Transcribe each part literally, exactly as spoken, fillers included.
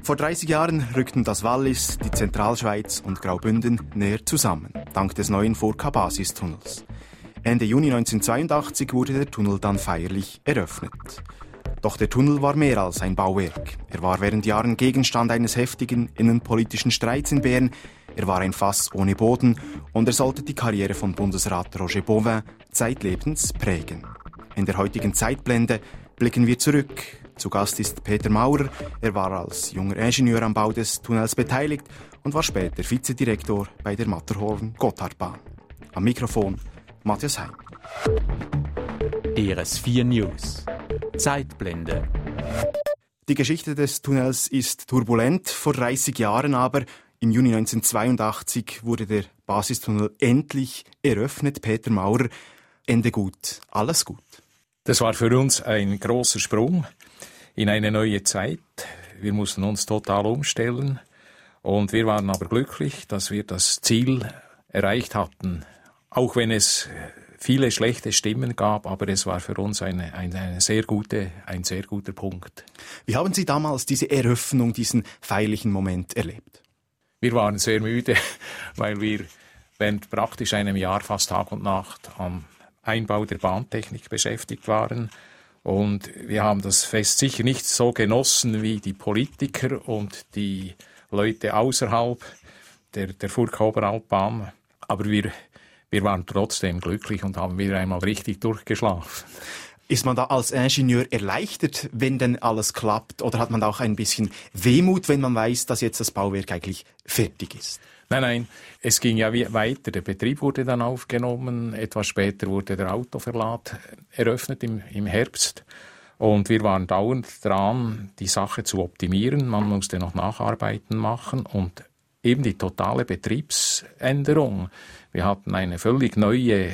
Vor dreißig Jahren rückten das Wallis, die Zentralschweiz und Graubünden näher zusammen, dank des neuen Furka-Basistunnels. Ende Juni neunzehnhundertzweiundachtzig wurde der Tunnel dann feierlich eröffnet. Doch der Tunnel war mehr als ein Bauwerk. Er war während Jahren Gegenstand eines heftigen innenpolitischen Streits in Bern. Er war ein Fass ohne Boden und er sollte die Karriere von Bundesrat Roger Bauvin zeitlebens prägen. In der heutigen Zeitblende blicken wir zurück. Zu Gast ist Peter Maurer. Er war als junger Ingenieur am Bau des Tunnels beteiligt und war später Vizedirektor bei der Matterhorn-Gotthardbahn. Am Mikrofon Matthias Heim. R S vier News. Zeitblende. Die Geschichte des Tunnels ist turbulent. Vor dreißig Jahren aber, im Juni neunzehnhundertzweiundachtzig, wurde der Basistunnel endlich eröffnet. Peter Maurer, Ende gut, alles gut. Das war für uns ein großer Sprung in eine neue Zeit. Wir mussten uns total umstellen und wir waren aber glücklich, dass wir das Ziel erreicht hatten. Auch wenn es viele schlechte Stimmen gab, aber es war für uns eine, eine, eine sehr gute, ein sehr guter Punkt. Wie haben Sie damals diese Eröffnung, diesen feierlichen Moment erlebt? Wir waren sehr müde, weil wir während praktisch einem Jahr fast Tag und Nacht am Einbau der Bahntechnik beschäftigt waren. Und wir haben das Fest sicher nicht so genossen wie die Politiker und die Leute außerhalb der, der Furka-Oberalpbahn. Aber wir Wir waren trotzdem glücklich und haben wieder einmal richtig durchgeschlafen. Ist man da als Ingenieur erleichtert, wenn denn alles klappt? Oder hat man da auch ein bisschen Wehmut, wenn man weiß, dass jetzt das Bauwerk eigentlich fertig ist? Nein, nein, es ging ja weiter. Der Betrieb wurde dann aufgenommen. Etwas später wurde der Autoverlad eröffnet im, im Herbst. Und wir waren dauernd dran, die Sache zu optimieren. Man musste noch Nacharbeiten machen und eben die totale Betriebsänderung. Wir hatten eine völlig neue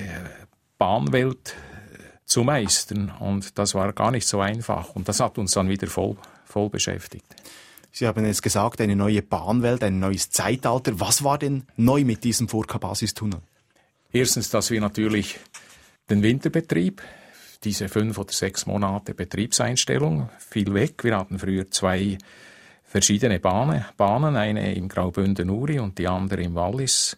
Bahnwelt zu meistern und das war gar nicht so einfach und das hat uns dann wieder voll, voll beschäftigt. Sie haben es gesagt, eine neue Bahnwelt, ein neues Zeitalter. Was war denn neu mit diesem Furka-Basistunnel? Erstens, dass wir natürlich den Winterbetrieb, diese fünf oder sechs Monate Betriebseinstellung, fiel weg. Wir hatten früher zwei verschiedene Bahnen, Bahnen, eine im Graubünden-Uri und die andere im Wallis.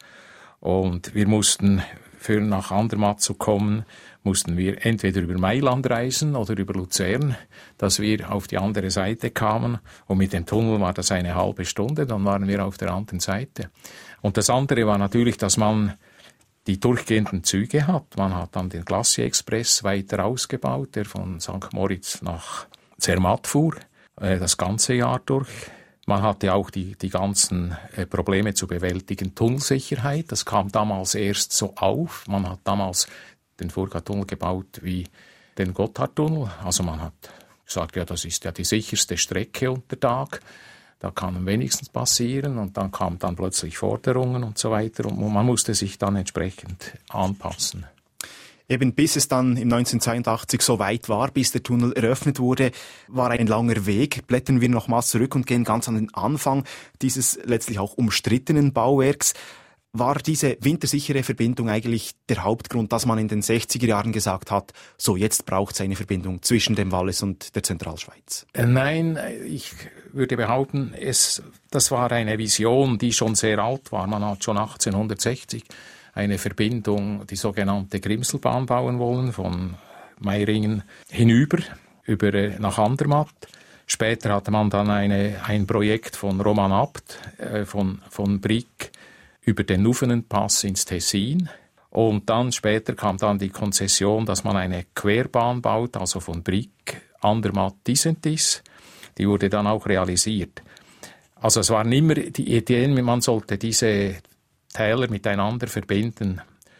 Und wir mussten, für nach Andermatt zu kommen, mussten wir entweder über Mailand reisen oder über Luzern, dass wir auf die andere Seite kamen. Und mit dem Tunnel war das eine halbe Stunde, dann waren wir auf der anderen Seite. Und das andere war natürlich, dass man die durchgehenden Züge hat. Man hat dann den Glacier Express weiter ausgebaut, der von Sankt Moritz nach Zermatt fuhr, das ganze Jahr durch. Man hatte auch die, die ganzen äh, Probleme zu bewältigen. Tunnelsicherheit, das kam damals erst so auf. Man hat damals den Furka-Tunnel gebaut wie den Gotthardtunnel. Also man hat gesagt, ja, das ist ja die sicherste Strecke unter Tag. Da kann am wenigsten passieren. Und dann kamen dann plötzlich Forderungen und so weiter. Und man musste sich dann entsprechend anpassen. Eben bis es dann im neunzehnhundertzweiundachtzig so weit war, bis der Tunnel eröffnet wurde, war ein langer Weg. Blättern wir nochmals zurück und gehen ganz an den Anfang dieses letztlich auch umstrittenen Bauwerks. War diese wintersichere Verbindung eigentlich der Hauptgrund, dass man in den sechziger Jahren gesagt hat, so jetzt braucht es eine Verbindung zwischen dem Wallis und der Zentralschweiz? Nein, ich würde behaupten, es, das war eine Vision, die schon sehr alt war. Man hat schon achtzehnhundertsechzig eine Verbindung, die sogenannte Grimselbahn bauen wollen, von Meiringen hinüber, über nach Andermatt. Später hatte man dann eine, ein Projekt von Roman Abt, äh, von, von Brig, über den Nufenenpass ins Tessin. Und dann später kam dann die Konzession, dass man eine Querbahn baut, also von Brig, Andermatt, Disentis. Die wurde dann auch realisiert. Also es waren immer die Ideen, man sollte diese Täler miteinander verbinden.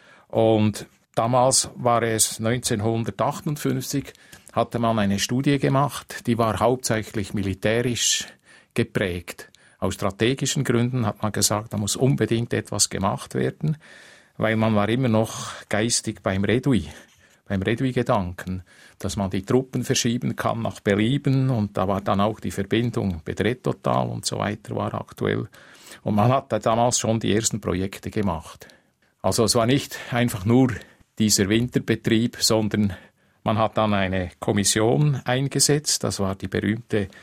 Und damals war es neunzehnhundertachtundfünfzig, hatte man eine Studie gemacht, die war hauptsächlich militärisch geprägt. Aus strategischen Gründen hat man gesagt, da muss unbedingt etwas gemacht werden, weil man war immer noch geistig beim Redui, beim Redui-Gedanken, dass man die Truppen verschieben kann nach Belieben und da war dann auch die Verbindung Bedrettotal und so weiter war aktuell. Und man hat da damals schon die ersten Projekte gemacht. Also es war nicht einfach nur dieser Winterbetrieb, sondern man hat dann eine Kommission eingesetzt. Das war die berühmte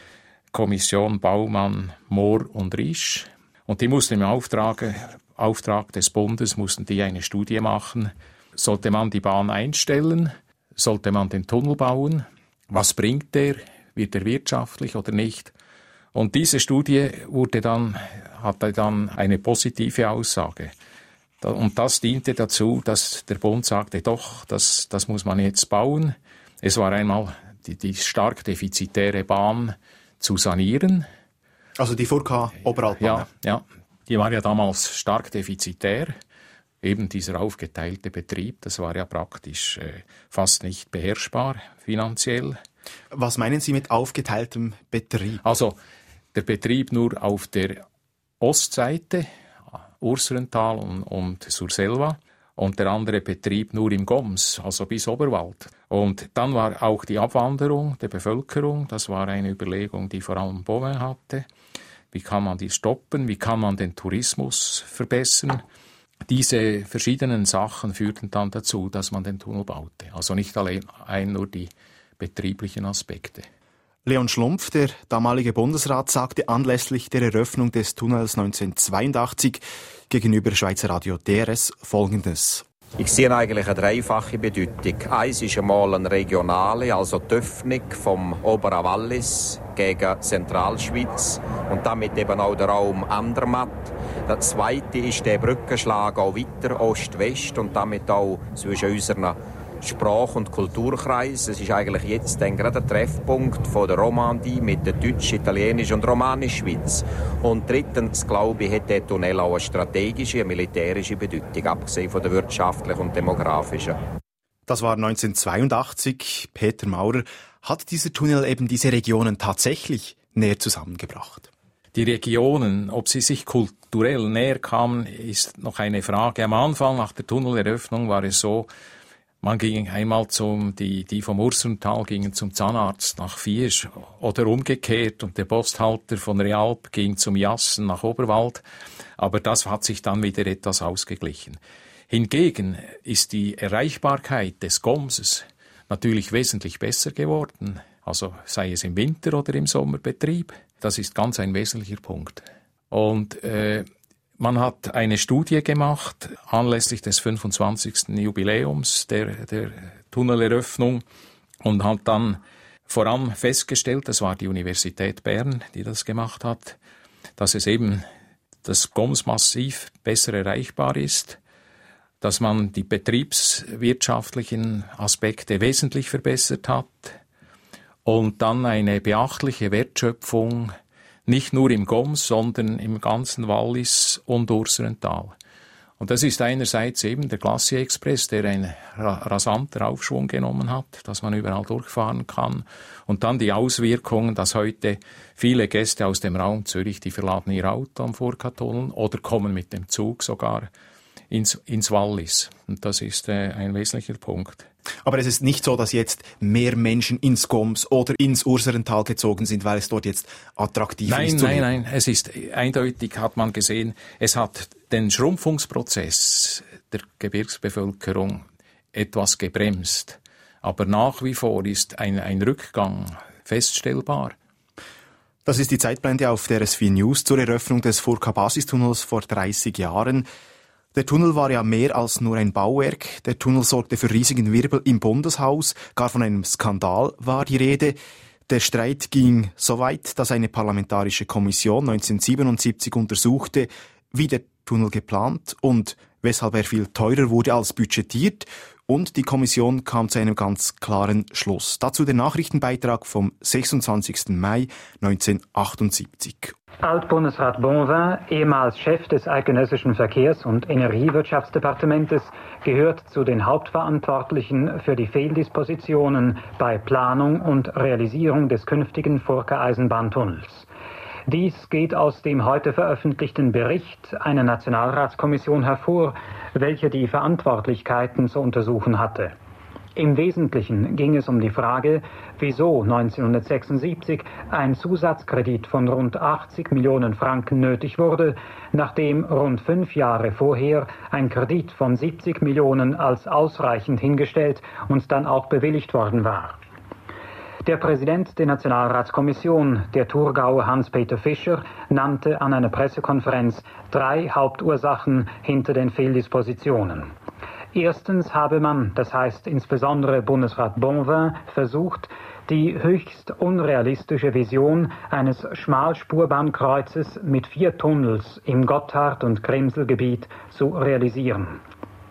Kommission Baumann, Mohr und Risch. Und die mussten im Auftrag, Auftrag des Bundes mussten die eine Studie machen. Sollte man die Bahn einstellen? Sollte man den Tunnel bauen? Was bringt der? Wird er wirtschaftlich oder nicht? Und diese Studie wurde dann, hatte dann eine positive Aussage. Und das diente dazu, dass der Bund sagte, doch, das, das muss man jetzt bauen. Es war einmal die, die stark defizitäre Bahn zu sanieren. Also die Furka Oberalpbahn. Ja, ja, die war ja damals stark defizitär. Eben dieser aufgeteilte Betrieb, das war ja praktisch äh, fast nicht beherrschbar finanziell. Was meinen Sie mit aufgeteiltem Betrieb? Also der Betrieb nur auf der Ostseite, Urserental und, und Surselva, und der andere Betrieb nur im Goms, also bis Oberwald. Und dann war auch die Abwanderung der Bevölkerung, das war eine Überlegung, die vor allem Bauvin hatte. Wie kann man die stoppen? Wie kann man den Tourismus verbessern? Diese verschiedenen Sachen führten dann dazu, dass man den Tunnel baute. Also nicht allein nur die betrieblichen Aspekte. Leon Schlumpf, der damalige Bundesrat, sagte anlässlich der Eröffnung des Tunnels neunzehnhundertzweiundachtzig gegenüber Schweizer Radio D R S Folgendes. Ich sehe eigentlich eine dreifache Bedeutung. Eins ist einmal eine regionale, also die Öffnung vom Oberen Wallis gegen Zentralschweiz und damit eben auch der Raum Andermatt. Das zweite ist der Brückenschlag auch weiter Ost-West und damit auch zwischen unseren Sprach- und Kulturkreis. Es ist eigentlich jetzt dann gerade der Treffpunkt von der Romandie mit der Deutsch-, Italienisch- und Romanisch-Schweiz. Und drittens, glaube ich, hat der Tunnel auch eine strategische, eine militärische Bedeutung, abgesehen von der wirtschaftlichen und demografischen. Das war neunzehnhundertzweiundachtzig. Peter Maurer. Hat dieser Tunnel eben diese Regionen tatsächlich näher zusammengebracht? Die Regionen, ob sie sich kulturell näher kamen, ist noch eine Frage. Am Anfang, nach der Tunneleröffnung, war es so, man ging einmal zum, die, die vom Urserental gingen zum Zahnarzt nach Viersch oder umgekehrt und der Posthalter von Realp ging zum Jassen nach Oberwald. Aber das hat sich dann wieder etwas ausgeglichen. Hingegen ist die Erreichbarkeit des Gomses natürlich wesentlich besser geworden. Also sei es im Winter- oder im Sommerbetrieb. Das ist ganz ein wesentlicher Punkt. Und äh, man hat eine Studie gemacht anlässlich des fünfundzwanzigsten Jubiläums der, der Tunneleröffnung und hat dann vor allem festgestellt, das war die Universität Bern, die das gemacht hat, dass es eben das Goms massiv besser erreichbar ist, dass man die betriebswirtschaftlichen Aspekte wesentlich verbessert hat und dann eine beachtliche Wertschöpfung nicht nur im Goms, sondern im ganzen Wallis und Urserental. Und das ist einerseits eben der Glacier-Express, der einen rasanten Aufschwung genommen hat, dass man überall durchfahren kann. Und dann die Auswirkungen, dass heute viele Gäste aus dem Raum Zürich, die verladen ihr Auto am Furka-Tunnel oder kommen mit dem Zug sogar ins, ins Wallis. Und das ist äh, ein wesentlicher Punkt. Aber es ist nicht so, dass jetzt mehr Menschen ins Goms oder ins Urserental gezogen sind, weil es dort jetzt attraktiv nein, ist zu Nein, leben. nein, nein. Es ist eindeutig, hat man gesehen, es hat den Schrumpfungsprozess der Gebirgsbevölkerung etwas gebremst. Aber nach wie vor ist ein, ein Rückgang feststellbar. Das ist die Zeitblende auf der S vier News zur Eröffnung des Furka-Basistunnels vor dreißig Jahren. Der Tunnel war ja mehr als nur ein Bauwerk. Der Tunnel sorgte für riesigen Wirbel im Bundeshaus. Gar von einem Skandal war die Rede. Der Streit ging so weit, dass eine parlamentarische Kommission neunzehnhundertsiebenundsiebzig untersuchte, wie der Tunnel geplant und weshalb er viel teurer wurde als budgetiert. Und die Kommission kam zu einem ganz klaren Schluss. Dazu der Nachrichtenbeitrag vom sechsundzwanzigsten Mai neunzehnhundertachtundsiebzig. Altbundesrat Bonvin, ehemals Chef des eidgenössischen Verkehrs- und Energiewirtschaftsdepartementes, gehört zu den Hauptverantwortlichen für die Fehldispositionen bei Planung und Realisierung des künftigen Furka-Eisenbahntunnels. Dies geht aus dem heute veröffentlichten Bericht einer Nationalratskommission hervor, welche die Verantwortlichkeiten zu untersuchen hatte. Im Wesentlichen ging es um die Frage, wieso neunzehnhundertsechsundsiebzig ein Zusatzkredit von rund achtzig Millionen Franken nötig wurde, nachdem rund fünf Jahre vorher ein Kredit von siebzig Millionen als ausreichend hingestellt und dann auch bewilligt worden war. Der Präsident der Nationalratskommission, der Thurgauer Hans-Peter Fischer, nannte an einer Pressekonferenz drei Hauptursachen hinter den Fehldispositionen. Erstens habe man, das heißt insbesondere Bundesrat Bonvin, versucht, die höchst unrealistische Vision eines Schmalspurbahnkreuzes mit vier Tunnels im Gotthard- und Grimselgebiet zu realisieren.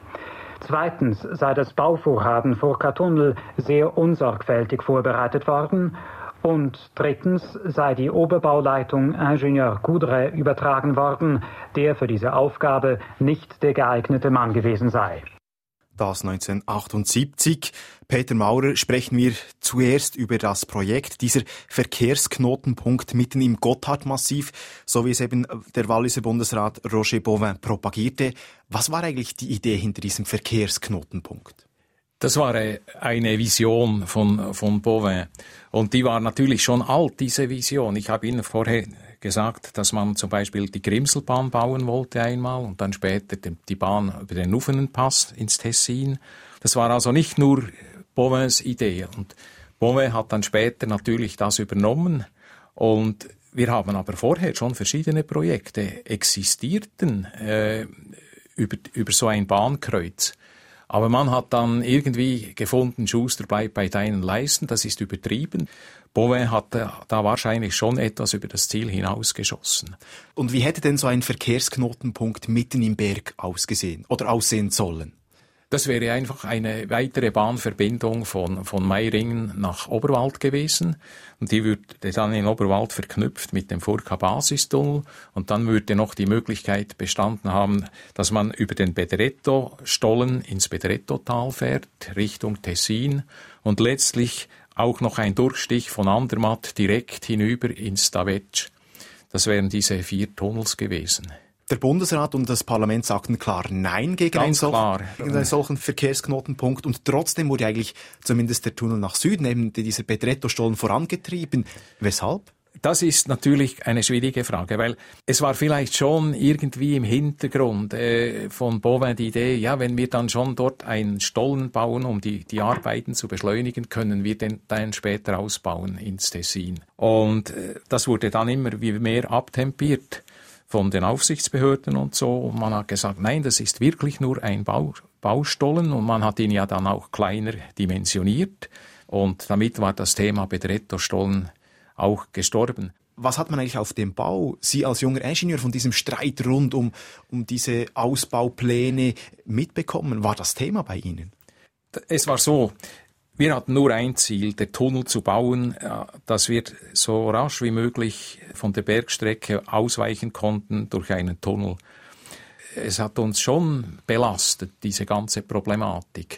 Zweitens sei das Bauvorhaben Furka-Tunnel sehr unsorgfältig vorbereitet worden. Und drittens sei die Oberbauleitung Ingenieur Coudray übertragen worden, der für diese Aufgabe nicht der geeignete Mann gewesen sei. Das neunzehnhundertachtundsiebzig. Peter Maurer, sprechen wir zuerst über das Projekt, dieser Verkehrsknotenpunkt mitten im Gotthardmassiv, so wie es eben der Walliser Bundesrat Roger Bonvin propagierte. Was war eigentlich die Idee hinter diesem Verkehrsknotenpunkt? Das war eine Vision von, von Bonvin. Und die war natürlich schon alt, diese Vision. Ich habe Ihnen vorher gesagt, dass man zum Beispiel die Grimselbahn bauen wollte einmal und dann später die Bahn über den Nuffenenpass ins Tessin. Das war also nicht nur Bonvins Idee. Und Bonvin hat dann später natürlich das übernommen. Und wir haben aber vorher schon verschiedene Projekte existierten äh, über, über so ein Bahnkreuz. Aber man hat dann irgendwie gefunden, Schuster bleibt bei deinen Leisten, das ist übertrieben. Bonvin hat da wahrscheinlich schon etwas über das Ziel hinausgeschossen. Und wie hätte denn so ein Verkehrsknotenpunkt mitten im Berg ausgesehen oder aussehen sollen? Das wäre einfach eine weitere Bahnverbindung von, von Meiringen nach Oberwald gewesen. Und die würde dann in Oberwald verknüpft mit dem Furka-Basistunnel. Und dann würde noch die Möglichkeit bestanden haben, dass man über den Bedretto-Stollen ins Bedretto-Tal fährt, Richtung Tessin. Und letztlich auch noch ein Durchstich von Andermatt direkt hinüber ins Davetsch. Das wären diese vier Tunnels gewesen. Der Bundesrat und das Parlament sagten klar Nein gegen einen, solch, gegen einen solchen Verkehrsknotenpunkt und trotzdem wurde eigentlich zumindest der Tunnel nach Süden, eben dieser Bedretto-Stollen, vorangetrieben. Weshalb? Das ist natürlich eine schwierige Frage, weil es war vielleicht schon irgendwie im Hintergrund äh, von Bonvin die Idee, ja, wenn wir dann schon dort einen Stollen bauen, um die, die Arbeiten zu beschleunigen, können wir den dann später ausbauen ins Tessin. Und äh, das wurde dann immer wie mehr abtempiert von den Aufsichtsbehörden und so. Und man hat gesagt, nein, das ist wirklich nur ein Bau, Baustollen und man hat ihn ja dann auch kleiner dimensioniert. Und damit war das Thema Bedretto-Stollen auch gestorben. Was hat man eigentlich auf dem Bau, Sie als junger Ingenieur, von diesem Streit rund um, um diese Ausbaupläne mitbekommen? War das Thema bei Ihnen? Es war so, wir hatten nur ein Ziel, den Tunnel zu bauen, dass wir so rasch wie möglich von der Bergstrecke ausweichen konnten durch einen Tunnel. Es hat uns schon belastet, diese ganze Problematik.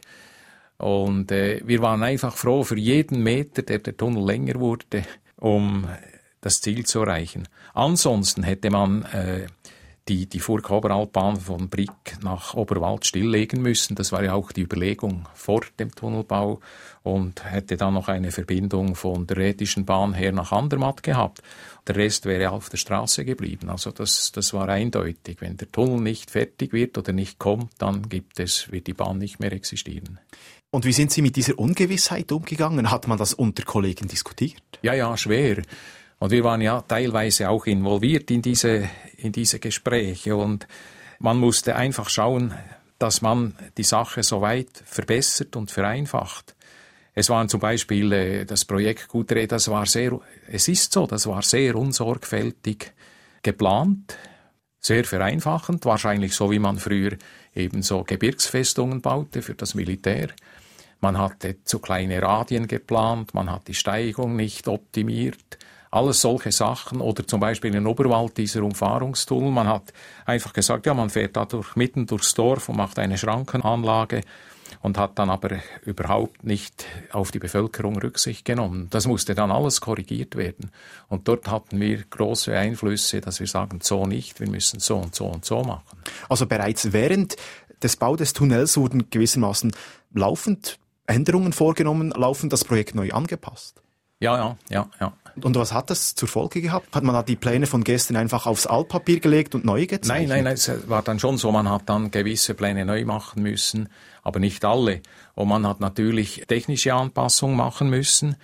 Und äh, wir waren einfach froh für jeden Meter, der der Tunnel länger wurde, um das Ziel zu erreichen. Ansonsten hätte man äh, die, die Furka-Oberwaldbahn von Brig nach Oberwald stilllegen müssen. Das war ja auch die Überlegung vor dem Tunnelbau und hätte dann noch eine Verbindung von der Rätischen Bahn her nach Andermatt gehabt. Der Rest wäre auf der Straße geblieben. Also das, das war eindeutig. Wenn der Tunnel nicht fertig wird oder nicht kommt, dann gibt es, wird die Bahn nicht mehr existieren. Und wie sind Sie mit dieser Ungewissheit umgegangen? Hat man das unter Kollegen diskutiert? Ja, ja, schwer. Und wir waren ja teilweise auch involviert in diese, in diese Gespräche. Und man musste einfach schauen, dass man die Sache so weit verbessert und vereinfacht. Es waren zum Beispiel äh, das Projekt Coudray, das war sehr, es ist so, das war sehr unsorgfältig geplant, sehr vereinfachend, wahrscheinlich so wie man früher eben so Gebirgsfestungen baute für das Militär. Man hatte zu kleine Radien geplant, man hat die Steigung nicht optimiert, alles solche Sachen. Oder zum Beispiel in Oberwald dieser Umfahrungstunnel. Man hat einfach gesagt, ja, man fährt da durch, mitten durchs Dorf und macht eine Schrankenanlage und hat dann aber überhaupt nicht auf die Bevölkerung Rücksicht genommen. Das musste dann alles korrigiert werden. Und dort hatten wir große Einflüsse, dass wir sagen, so nicht, wir müssen so und so und so machen. Also bereits während des Bau des Tunnels wurden gewissermaßen laufend Änderungen vorgenommen, laufend das Projekt neu angepasst? Ja, ja, ja, ja. Und was hat das zur Folge gehabt? Hat man da die Pläne von gestern einfach aufs Altpapier gelegt und neu gezeichnet? Nein, nein, es war dann schon so, man hat dann gewisse Pläne neu machen müssen, aber nicht alle. Und man hat natürlich technische Anpassungen machen müssen.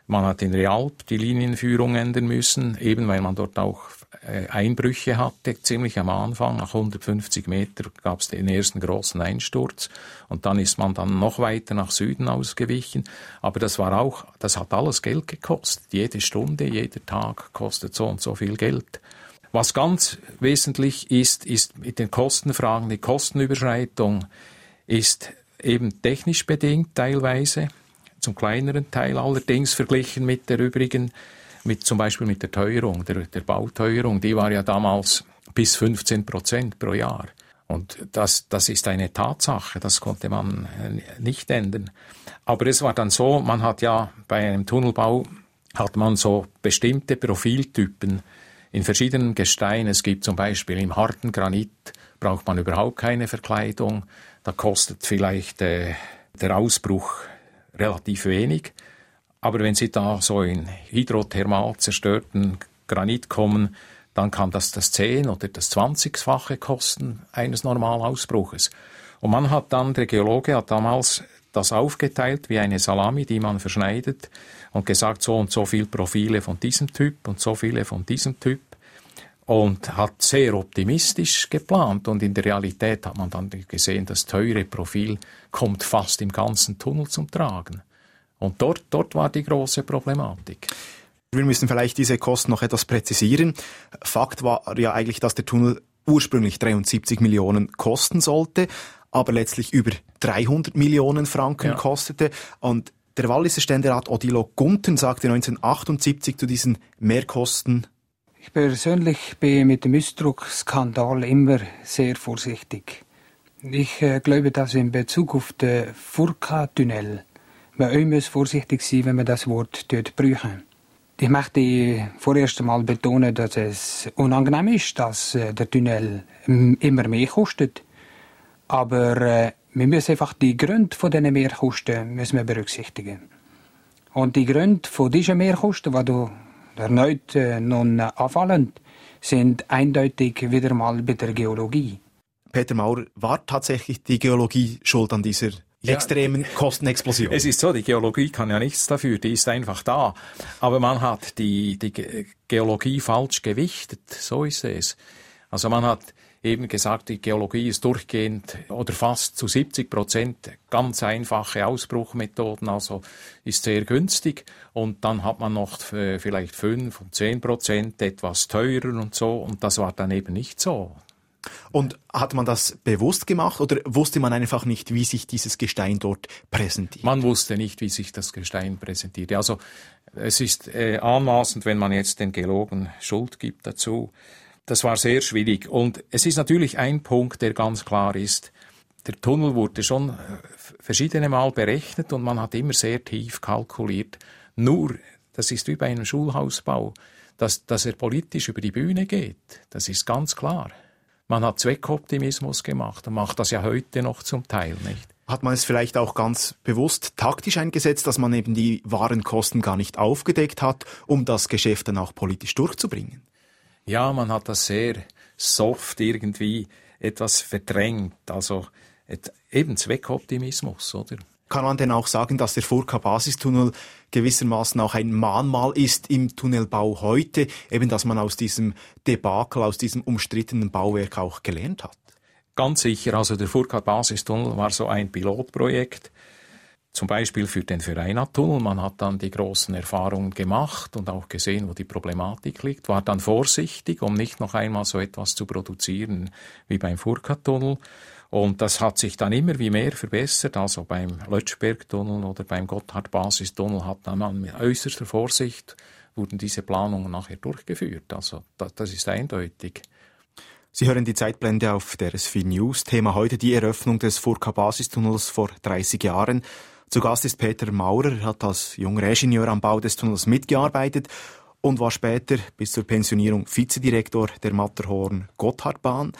Man hat in Realp die Linienführung ändern müssen, eben weil man dort auch Einbrüche hatte, ziemlich am Anfang. Nach hundertfünfzig Meter gab es den ersten großen Einsturz und dann ist man dann noch weiter nach Süden ausgewichen. Aber das war auch, das hat alles Geld gekostet. Jede Stunde, jeder Tag kostet so und so viel Geld. Was ganz wesentlich ist, ist mit den Kostenfragen, die Kostenüberschreitung ist eben technisch bedingt teilweise, zum kleineren Teil allerdings verglichen mit der übrigen, mit zum Beispiel mit der Teuerung, der, der Bauteuerung, die war ja damals bis fünfzehn Prozent pro Jahr. Und das, das ist eine Tatsache, das konnte man nicht ändern. Aber es war dann so, man hat ja bei einem Tunnelbau, hat man so bestimmte Profiltypen in verschiedenen Gesteinen. Es gibt zum Beispiel im harten Granit, braucht man überhaupt keine Verkleidung. Da kostet vielleicht äh, der Ausbruch relativ wenig. Aber wenn Sie da so in hydrothermal zerstörten Granit kommen, dann kann das das zehn- oder das zwanzigfache kosten eines Normalausbruches. Und man hat dann, der Geologe hat damals das aufgeteilt wie eine Salami, die man verschneidet und gesagt, so und so viele Profile von diesem Typ und so viele von diesem Typ. Und hat sehr optimistisch geplant. Und in der Realität hat man dann gesehen, das teure Profil kommt fast im ganzen Tunnel zum Tragen. Und dort, dort war die große Problematik. Wir müssen vielleicht diese Kosten noch etwas präzisieren. Fakt war ja eigentlich, dass der Tunnel ursprünglich dreiundsiebzig Millionen kosten sollte, aber letztlich über dreihundert Millionen Franken ja. kostete. Und der Walliser Ständerat Odilo Gunten sagte neunzehnhundertachtundsiebzig zu diesen Mehrkosten: Ich persönlich bin mit dem Ausdruck Skandal immer sehr vorsichtig. Ich äh, glaube, dass in Bezug auf den Furka-Tunnel man immer vorsichtig sein, wenn man das Wort dort brauchen. Ich möchte vorerst einmal betonen, dass es unangenehm ist, dass äh, der Tunnel immer mehr kostet. Aber äh, wir müssen einfach die Gründe von diesen Mehrkosten müssen wir berücksichtigen. Und die Gründe von diesen Mehrkosten, die du erneut äh, nun anfallen, sind eindeutig wieder mal bei der Geologie. Peter Maurer, war tatsächlich die Geologie schuld an dieser ja, extremen Kostenexplosion? Es ist so, die Geologie kann ja nichts dafür, die ist einfach da. Aber man hat die, die Geologie falsch gewichtet, so ist es. Also man hat eben gesagt, die Geologie ist durchgehend oder fast zu siebzig Prozent ganz einfache Ausbruchmethoden, also ist sehr günstig. Und dann hat man noch vielleicht fünf und zehn Prozent etwas teurer und so. Und das war dann eben nicht so. Und hat man das bewusst gemacht oder wusste man einfach nicht, wie sich dieses Gestein dort präsentiert? Man wusste nicht, wie sich das Gestein präsentiert. Also es ist äh, anmaßend, wenn man jetzt den Geologen Schuld gibt dazu. Das war sehr schwierig. Und es ist natürlich ein Punkt, der ganz klar ist. Der Tunnel wurde schon verschiedene Mal berechnet und man hat immer sehr tief kalkuliert. Nur, das ist wie bei einem Schulhausbau, dass, dass er politisch über die Bühne geht. Das ist ganz klar. Man hat Zweckoptimismus gemacht und macht das ja heute noch zum Teil, nicht? Hat man es vielleicht auch ganz bewusst taktisch eingesetzt, dass man eben die wahren Kosten gar nicht aufgedeckt hat, um das Geschäft dann auch politisch durchzubringen? Ja, man hat das sehr soft irgendwie etwas verdrängt, also eben Zweckoptimismus, oder? Kann man denn auch sagen, dass der Furka-Basistunnel gewissermaßen auch ein Mahnmal ist im Tunnelbau heute, eben dass man aus diesem Debakel, aus diesem umstrittenen Bauwerk auch gelernt hat? Ganz sicher, also der Furka-Basistunnel war so ein Pilotprojekt, zum Beispiel für den Vereina-Tunnel. Man hat dann die großen Erfahrungen gemacht und auch gesehen, wo die Problematik liegt, war dann vorsichtig, um nicht noch einmal so etwas zu produzieren wie beim Furka-Tunnel. Und das hat sich dann immer wie mehr verbessert. Also beim Lötschberg-Tunnel oder beim Gotthard-Basistunnel hat dann mit äußerster Vorsicht wurden diese Planungen nachher durchgeführt. Also das, das ist eindeutig. Sie hören die Zeitblende auf der S vier News. Thema heute die Eröffnung des Furka-Basistunnels vor dreißig Jahren. Zu Gast ist Peter Maurer. Er hat als junger Ingenieur am Bau des Tunnels mitgearbeitet und war später bis zur Pensionierung Vizedirektor der Matterhorn-Gotthardbahn.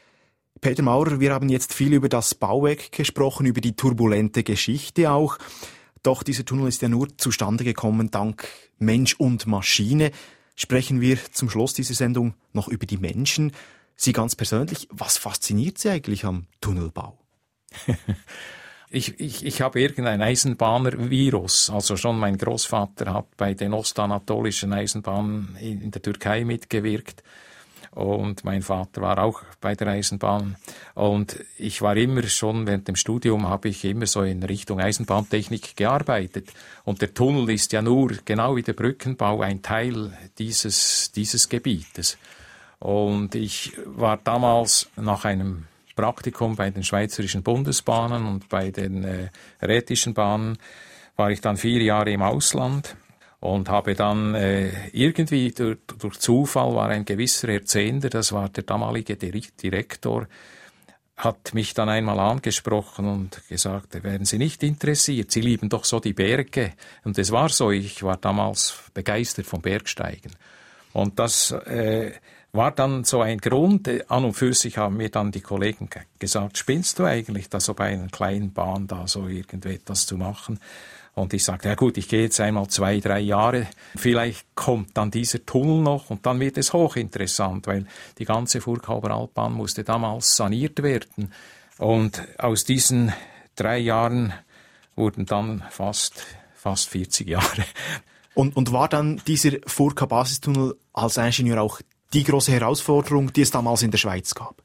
Peter Maurer, wir haben jetzt viel über das Bauwerk gesprochen, über die turbulente Geschichte auch. Doch dieser Tunnel ist ja nur zustande gekommen dank Mensch und Maschine. Sprechen wir zum Schluss dieser Sendung noch über die Menschen. Sie ganz persönlich, was fasziniert Sie eigentlich am Tunnelbau? Ich, ich, ich habe irgendein Eisenbahner-Virus. Also schon mein Großvater hat bei den ostanatolischen Eisenbahnen in der Türkei mitgewirkt. Und mein Vater war auch bei der Eisenbahn. Und ich war immer schon, während dem Studium habe ich immer so in Richtung Eisenbahntechnik gearbeitet. Und der Tunnel ist ja nur, genau wie der Brückenbau, ein Teil dieses, dieses Gebietes. Und ich war damals nach einem Praktikum bei den Schweizerischen Bundesbahnen und bei den äh, Rätischen Bahnen, war ich dann vier Jahre im Ausland. Und habe dann äh, irgendwie durch, durch Zufall war ein gewisser Erzähler, das war der damalige Direktor, hat mich dann einmal angesprochen und gesagt, wären Sie nicht interessiert, Sie lieben doch so die Berge. Und es war so, ich war damals begeistert vom Bergsteigen. Und das äh, war dann so ein Grund, an und für sich haben mir dann die Kollegen gesagt, spinnst du eigentlich, da so bei einer kleinen Bahn da so irgendetwas zu machen? Und ich sagte, ja gut, ich gehe jetzt einmal zwei, drei Jahre, vielleicht kommt dann dieser Tunnel noch und dann wird es hochinteressant, weil die ganze Furka Oberalpbahn musste damals saniert werden. Und aus diesen drei Jahren wurden dann fast, fast vierzig Jahre. Und, und war dann dieser Furka-Basistunnel als Ingenieur auch die große Herausforderung, die es damals in der Schweiz gab?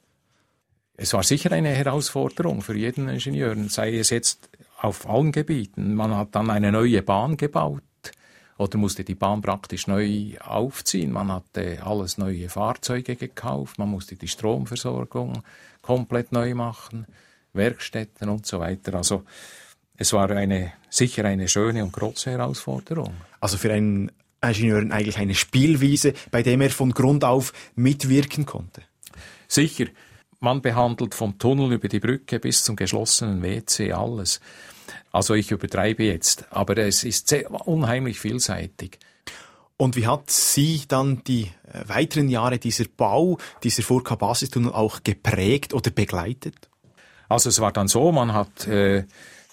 Es war sicher eine Herausforderung für jeden Ingenieur, sei es jetzt auf allen Gebieten. Man hat dann eine neue Bahn gebaut oder musste die Bahn praktisch neu aufziehen. Man hatte alles neue Fahrzeuge gekauft, man musste die Stromversorgung komplett neu machen, Werkstätten und so weiter. Also es war eine, sicher eine schöne und große Herausforderung. Also für einen Ingenieur eigentlich eine Spielwiese, bei dem er von Grund auf mitwirken konnte? Sicher. Man behandelt vom Tunnel über die Brücke bis zum geschlossenen W C alles. Also ich übertreibe jetzt, aber es ist sehr, unheimlich vielseitig. Und wie hat Sie dann die weiteren Jahre dieser Bau, dieser Furka-Basistunnel auch geprägt oder begleitet? Also es war dann so, man hat äh,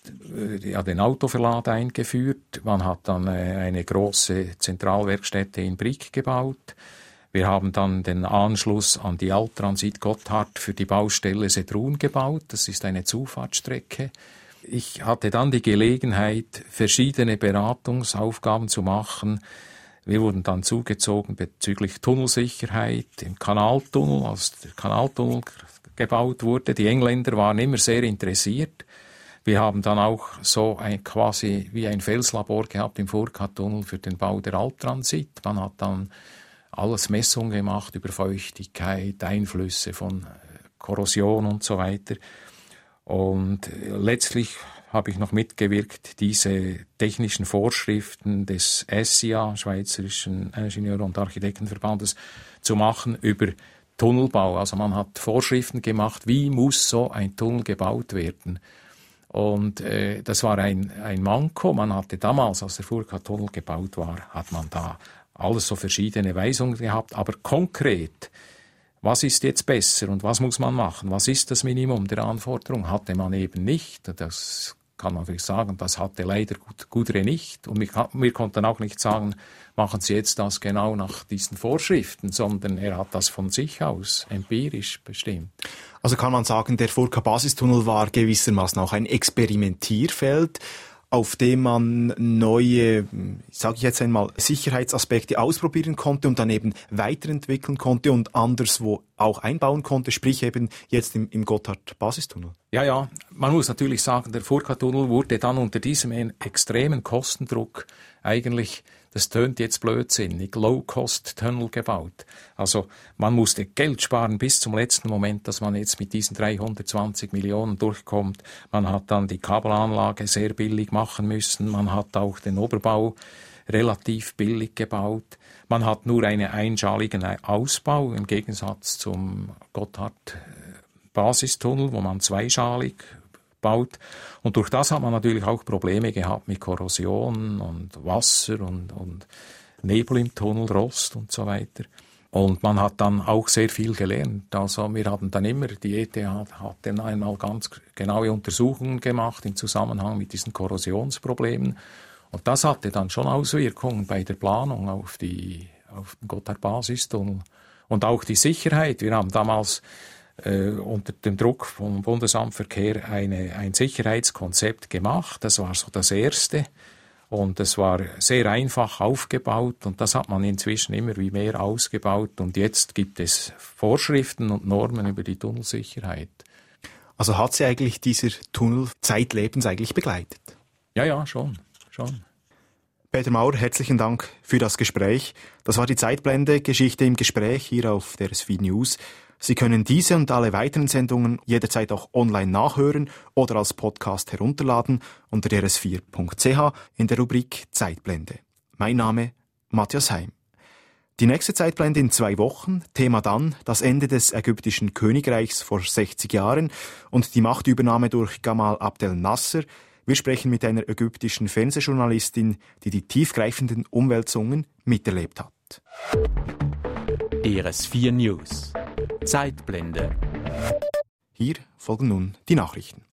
ja, den Autoverlad eingeführt, man hat dann äh, eine große Zentralwerkstätte in Brig gebaut. Wir haben dann den Anschluss an die Alttransit Gotthard für die Baustelle Sedrun gebaut. Das ist eine Zufahrtsstrecke. Ich hatte dann die Gelegenheit, verschiedene Beratungsaufgaben zu machen. Wir wurden dann zugezogen bezüglich Tunnelsicherheit im Kanaltunnel, als der Kanaltunnel gebaut wurde. Die Engländer waren immer sehr interessiert. Wir haben dann auch so ein, quasi wie ein Felslabor gehabt im Furka-Tunnel für den Bau der Alttransit. Man hat dann alles Messungen gemacht über Feuchtigkeit, Einflüsse von Korrosion und so weiter. Und letztlich habe ich noch mitgewirkt, diese technischen Vorschriften des S I A, Schweizerischen Ingenieur- und Architektenverbandes, zu machen über Tunnelbau. Also man hat Vorschriften gemacht, wie muss so ein Tunnel gebaut werden. Und äh, das war ein, ein Manko. Man hatte damals, als der Furka-Tunnel gebaut war, hat man da alles so verschiedene Weisungen gehabt, aber konkret, was ist jetzt besser und was muss man machen? Was ist das Minimum der Anforderung? Hatte man eben nicht. Das kann man wirklich sagen, das hatte leider Gudre nicht. Und wir, wir konnten auch nicht sagen, machen Sie jetzt das genau nach diesen Vorschriften, sondern er hat das von sich aus empirisch bestimmt. Also kann man sagen, der Furka-Basistunnel war gewissermaßen auch ein Experimentierfeld, auf dem man neue, sage ich jetzt einmal, Sicherheitsaspekte ausprobieren konnte und dann eben weiterentwickeln konnte und anderswo auch einbauen konnte, sprich eben jetzt im, im Gotthard-Basistunnel. Ja, ja, man muss natürlich sagen, der Furka-Tunnel wurde dann unter diesem extremen Kostendruck eigentlich, das tönt jetzt blödsinnig, Low-Cost-Tunnel gebaut. Also man musste Geld sparen bis zum letzten Moment, dass man jetzt mit diesen dreihundertzwanzig Millionen durchkommt. Man hat dann die Kabelanlage sehr billig machen müssen. Man hat auch den Oberbau relativ billig gebaut. Man hat nur einen einschaligen Ausbau im Gegensatz zum Gotthard-Basistunnel, wo man zweischalig baut. Und durch das hat man natürlich auch Probleme gehabt mit Korrosion und Wasser und, und Nebel im Tunnel, Rost und so weiter. Und man hat dann auch sehr viel gelernt. Also wir haben dann immer, die E T H hat dann einmal ganz genaue Untersuchungen gemacht im Zusammenhang mit diesen Korrosionsproblemen. Und das hatte dann schon Auswirkungen bei der Planung auf, die, auf den Gotthard-Basistunnel. Und auch die Sicherheit. Wir haben damals äh, unter dem Druck vom Bundesamt Verkehr eine, ein Sicherheitskonzept gemacht. Das war so das erste. Und es war sehr einfach aufgebaut und das hat man inzwischen immer wie mehr ausgebaut. Und jetzt gibt es Vorschriften und Normen über die Tunnelsicherheit. Also hat Sie eigentlich dieser Tunnel zeitlebens eigentlich begleitet? Ja, ja, schon, schon. Peter Maurer, herzlichen Dank für das Gespräch. Das war die Zeitblende Geschichte im Gespräch hier auf der S vier News. Sie können diese und alle weiteren Sendungen jederzeit auch online nachhören oder als Podcast herunterladen unter r s vier punkt c h in der Rubrik Zeitblende. Mein Name Matthias Heim. Die nächste Zeitblende in zwei Wochen, Thema dann das Ende des ägyptischen Königreichs vor sechzig Jahren und die Machtübernahme durch Gamal Abdel Nasser. Wir sprechen mit einer ägyptischen Fernsehjournalistin, die die tiefgreifenden Umwälzungen miterlebt hat. R S vier News. Zeitblende. Hier folgen nun die Nachrichten.